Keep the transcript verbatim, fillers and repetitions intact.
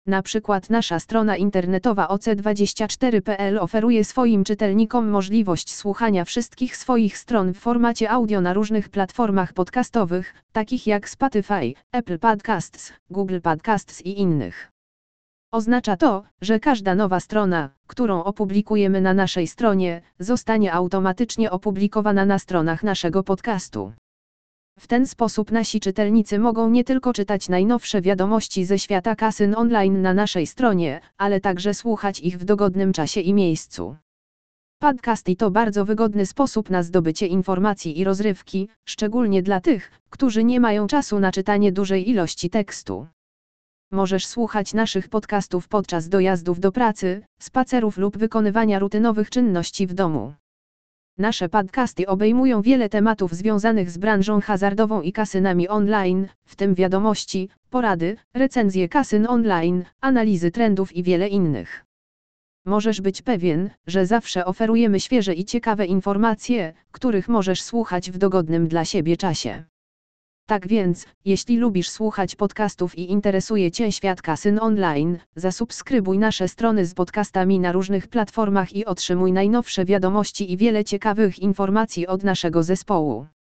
Na przykład nasza strona internetowa o c dwadzieścia cztery kropka p l oferuje swoim czytelnikom możliwość słuchania wszystkich swoich stron w formacie audio na różnych platformach podcastowych, takich jak Spotify, Apple Podcasts, Google Podcasts i innych. Oznacza to, że każda nowa strona, którą opublikujemy na naszej stronie, zostanie automatycznie opublikowana na stronach naszego podcastu. W ten sposób nasi czytelnicy mogą nie tylko czytać najnowsze wiadomości ze świata kasyn online na naszej stronie, ale także słuchać ich w dogodnym czasie i miejscu. Podcasty to bardzo wygodny sposób na zdobycie informacji i rozrywki, szczególnie dla tych, którzy nie mają czasu na czytanie dużej ilości tekstu. Możesz słuchać naszych podcastów podczas dojazdów do pracy, spacerów lub wykonywania rutynowych czynności w domu. Nasze podcasty obejmują wiele tematów związanych z branżą hazardową i kasynami online, w tym wiadomości, porady, recenzje kasyn online, analizy trendów i wiele innych. Możesz być pewien, że zawsze oferujemy świeże i ciekawe informacje, których możesz słuchać w dogodnym dla siebie czasie. Tak więc, jeśli lubisz słuchać podcastów i interesuje Cię świat kasyn online, zasubskrybuj nasze strony z podcastami na różnych platformach i otrzymuj najnowsze wiadomości i wiele ciekawych informacji od naszego zespołu.